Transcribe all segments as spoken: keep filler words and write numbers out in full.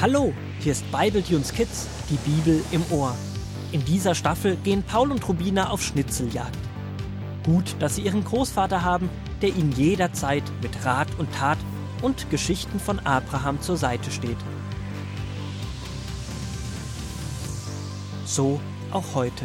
Hallo, hier ist Bibletunes Kids, die Bibel im Ohr. In dieser Staffel gehen Paul und Rubina auf Schnitzeljagd. Gut, dass sie ihren Großvater haben, der ihnen jederzeit mit Rat und Tat und Geschichten von Abraham zur Seite steht. So auch heute.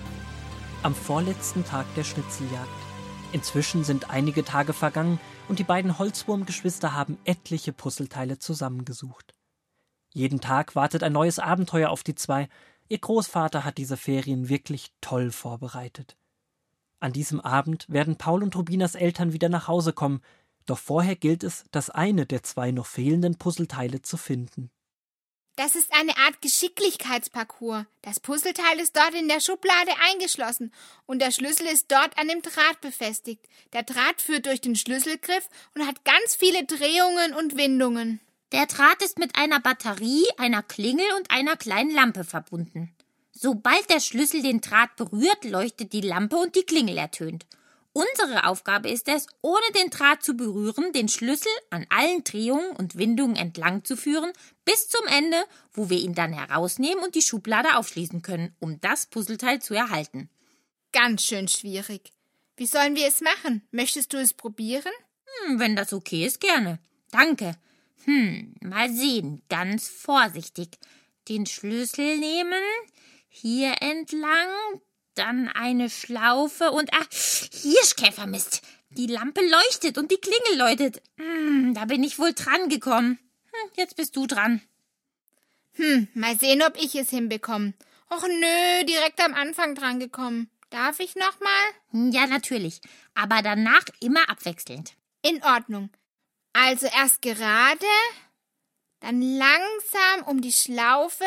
Am vorletzten Tag der Schnitzeljagd. Inzwischen sind einige Tage vergangen und die beiden Holzwurmgeschwister haben etliche Puzzleteile zusammengesucht. Jeden Tag wartet ein neues Abenteuer auf die zwei. Ihr Großvater hat diese Ferien wirklich toll vorbereitet. An diesem Abend werden Paul und Rubinas Eltern wieder nach Hause kommen, doch vorher gilt es, das eine der zwei noch fehlenden Puzzleteile zu finden. Das ist eine Art Geschicklichkeitsparcours. Das Puzzleteil ist dort in der Schublade eingeschlossen und der Schlüssel ist dort an dem Draht befestigt. Der Draht führt durch den Schlüsselgriff und hat ganz viele Drehungen und Windungen. Der Draht ist mit einer Batterie, einer Klingel und einer kleinen Lampe verbunden. Sobald der Schlüssel den Draht berührt, leuchtet die Lampe und die Klingel ertönt. Unsere Aufgabe ist es, ohne den Draht zu berühren, den Schlüssel an allen Drehungen und Windungen entlang zu führen, bis zum Ende, wo wir ihn dann herausnehmen und die Schublade aufschließen können, um das Puzzleteil zu erhalten. Ganz schön schwierig. Wie sollen wir es machen? Möchtest du es probieren? Hm, wenn das okay ist, gerne. Danke. Hm, mal sehen, ganz vorsichtig. Den Schlüssel nehmen, hier entlang, dann eine Schlaufe und, ah, Hirschkäfermist. Die Lampe leuchtet und die Klingel läutet. Hm, da bin ich wohl dran gekommen. Hm, jetzt bist du dran. Hm, mal sehen, ob ich es hinbekomme. Och nö, direkt am Anfang dran gekommen. Darf ich nochmal? Ja, natürlich, aber danach immer abwechselnd. In Ordnung. Also erst gerade, dann langsam um die Schlaufe,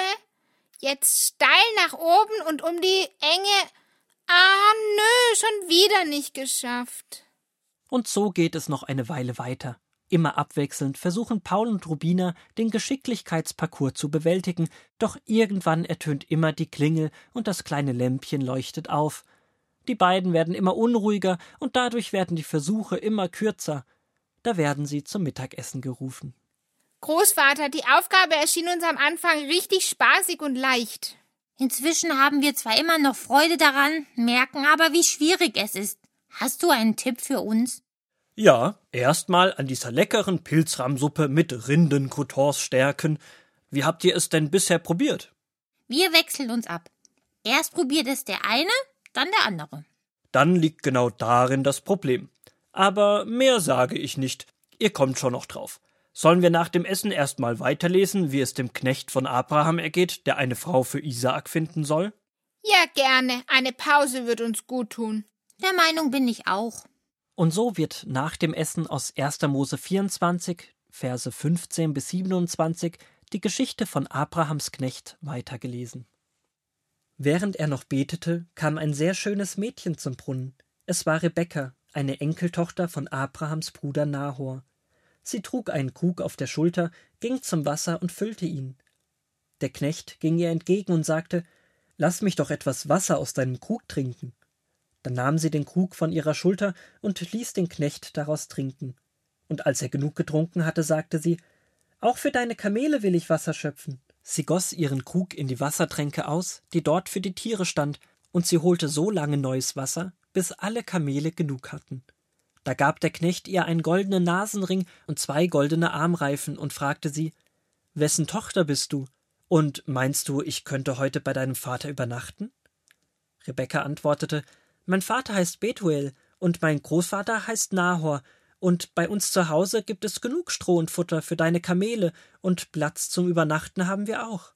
jetzt steil nach oben und um die Enge. Ah, nö, schon wieder nicht geschafft. Und so geht es noch eine Weile weiter. Immer abwechselnd versuchen Paul und Rubina, den Geschicklichkeitsparcours zu bewältigen, doch irgendwann ertönt immer die Klingel und das kleine Lämpchen leuchtet auf. Die beiden werden immer unruhiger und dadurch werden die Versuche immer kürzer. Da werden sie zum Mittagessen gerufen. Großvater, die Aufgabe erschien uns am Anfang richtig spaßig und leicht. Inzwischen haben wir zwar immer noch Freude daran, merken aber, wie schwierig es ist. Hast du einen Tipp für uns? Ja, erstmal an dieser leckeren Pilzrahmsuppe mit Rindencroutons stärken. Wie habt ihr es denn bisher probiert? Wir wechseln uns ab. Erst probiert es der eine, dann der andere. Dann liegt genau darin das Problem. Aber mehr sage ich nicht. Ihr kommt schon noch drauf. Sollen wir nach dem Essen erstmal weiterlesen, wie es dem Knecht von Abraham ergeht, der eine Frau für Isaak finden soll? Ja, gerne. Eine Pause wird uns gut tun. Der Meinung bin ich auch. Und so wird nach dem Essen aus erster Mose vierundzwanzig, Verse fünfzehn bis siebenundzwanzig, die Geschichte von Abrahams Knecht weitergelesen. Während er noch betete, kam ein sehr schönes Mädchen zum Brunnen. Es war Rebekka, eine Enkeltochter von Abrahams Bruder Nahor. Sie trug einen Krug auf der Schulter, ging zum Wasser und füllte ihn. Der Knecht ging ihr entgegen und sagte, »Lass mich doch etwas Wasser aus deinem Krug trinken.« Dann nahm sie den Krug von ihrer Schulter und ließ den Knecht daraus trinken. Und als er genug getrunken hatte, sagte sie, »Auch für deine Kamele will ich Wasser schöpfen.« Sie goss ihren Krug in die Wassertränke aus, die dort für die Tiere stand, und sie holte so lange neues Wasser, bis alle Kamele genug hatten. Da gab der Knecht ihr einen goldenen Nasenring und zwei goldene Armreifen und fragte sie, »Wessen Tochter bist du? Und meinst du, ich könnte heute bei deinem Vater übernachten?« Rebekka antwortete, »Mein Vater heißt Betuel und mein Großvater heißt Nahor, und bei uns zu Hause gibt es genug Stroh und Futter für deine Kamele, und Platz zum Übernachten haben wir auch.«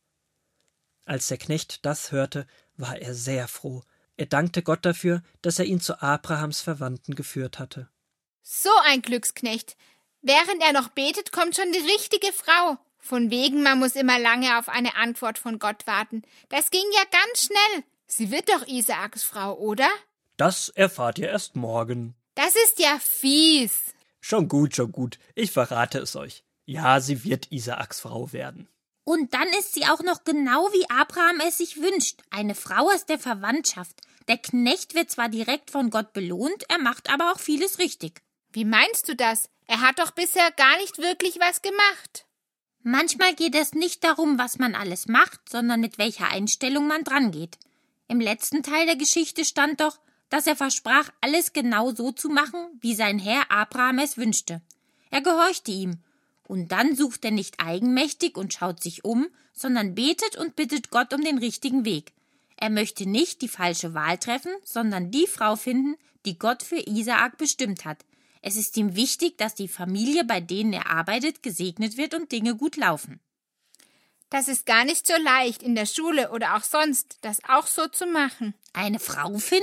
Als der Knecht das hörte, war er sehr froh. Er dankte Gott dafür, dass er ihn zu Abrahams Verwandten geführt hatte. So ein Glücksknecht. Während er noch betet, kommt schon die richtige Frau. Von wegen, man muss immer lange auf eine Antwort von Gott warten. Das ging ja ganz schnell. Sie wird doch Isaaks Frau, oder? Das erfahrt ihr erst morgen. Das ist ja fies. Schon gut, schon gut. Ich verrate es euch. Ja, sie wird Isaaks Frau werden. Und dann ist sie auch noch genau wie Abraham es sich wünscht. Eine Frau aus der Verwandtschaft. Der Knecht wird zwar direkt von Gott belohnt, er macht aber auch vieles richtig. Wie meinst du das? Er hat doch bisher gar nicht wirklich was gemacht. Manchmal geht es nicht darum, was man alles macht, sondern mit welcher Einstellung man drangeht. Im letzten Teil der Geschichte stand doch, dass er versprach, alles genau so zu machen, wie sein Herr Abraham es wünschte. Er gehorchte ihm. Und dann sucht er nicht eigenmächtig und schaut sich um, sondern betet und bittet Gott um den richtigen Weg. Er möchte nicht die falsche Wahl treffen, sondern die Frau finden, die Gott für Isaak bestimmt hat. Es ist ihm wichtig, dass die Familie, bei denen er arbeitet, gesegnet wird und Dinge gut laufen. Das ist gar nicht so leicht, in der Schule oder auch sonst, das auch so zu machen. Eine Frau finden?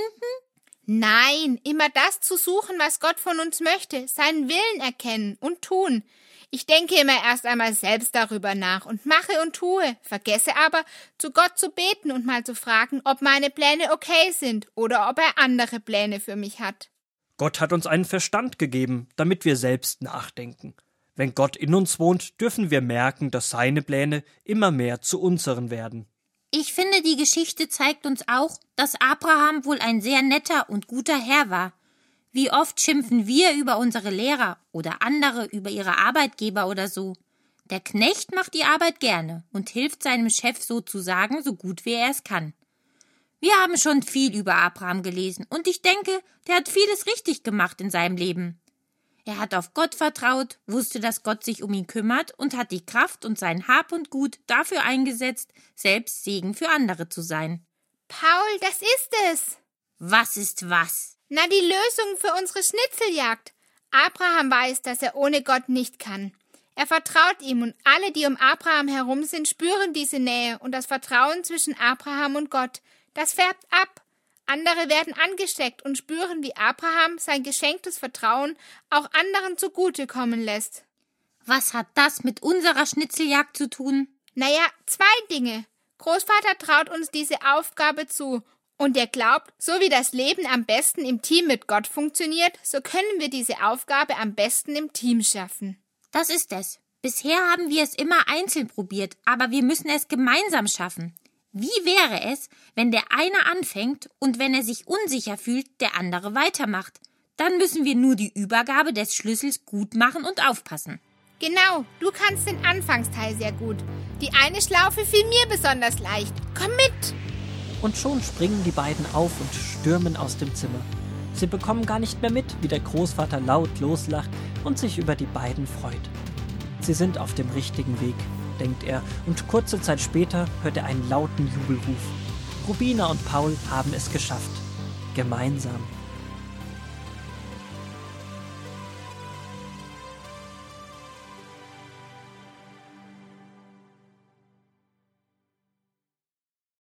Nein, immer das zu suchen, was Gott von uns möchte, seinen Willen erkennen und tun. Ich denke immer erst einmal selbst darüber nach und mache und tue, vergesse aber, zu Gott zu beten und mal zu fragen, ob meine Pläne okay sind oder ob er andere Pläne für mich hat. Gott hat uns einen Verstand gegeben, damit wir selbst nachdenken. Wenn Gott in uns wohnt, dürfen wir merken, dass seine Pläne immer mehr zu unseren werden. Ich finde, die Geschichte zeigt uns auch, dass Abraham wohl ein sehr netter und guter Herr war. Wie oft schimpfen wir über unsere Lehrer oder andere über ihre Arbeitgeber oder so. Der Knecht macht die Arbeit gerne und hilft seinem Chef sozusagen so gut wie er es kann. Wir haben schon viel über Abraham gelesen und ich denke, der hat vieles richtig gemacht in seinem Leben. Er hat auf Gott vertraut, wusste, dass Gott sich um ihn kümmert und hat die Kraft und sein Hab und Gut dafür eingesetzt, selbst Segen für andere zu sein. Paul, das ist es. Was ist was? Na, die Lösung für unsere Schnitzeljagd. Abraham weiß, dass er ohne Gott nicht kann. Er vertraut ihm und alle, die um Abraham herum sind, spüren diese Nähe und das Vertrauen zwischen Abraham und Gott. Das färbt ab. Andere werden angesteckt und spüren, wie Abraham sein geschenktes Vertrauen auch anderen zugutekommen lässt. Was hat das mit unserer Schnitzeljagd zu tun? Naja, zwei Dinge. Großvater traut uns diese Aufgabe zu. Und er glaubt, so wie das Leben am besten im Team mit Gott funktioniert, so können wir diese Aufgabe am besten im Team schaffen. Das ist es. Bisher haben wir es immer einzeln probiert, aber wir müssen es gemeinsam schaffen. Wie wäre es, wenn der eine anfängt und wenn er sich unsicher fühlt, der andere weitermacht? Dann müssen wir nur die Übergabe des Schlüssels gut machen und aufpassen. Genau, du kannst den Anfangsteil sehr gut. Die eine Schlaufe fiel mir besonders leicht. Komm mit! Und schon springen die beiden auf und stürmen aus dem Zimmer. Sie bekommen gar nicht mehr mit, wie der Großvater laut loslacht und sich über die beiden freut. Sie sind auf dem richtigen Weg, denkt er, und kurze Zeit später hört er einen lauten Jubelruf. Rubina und Paul haben es geschafft. Gemeinsam.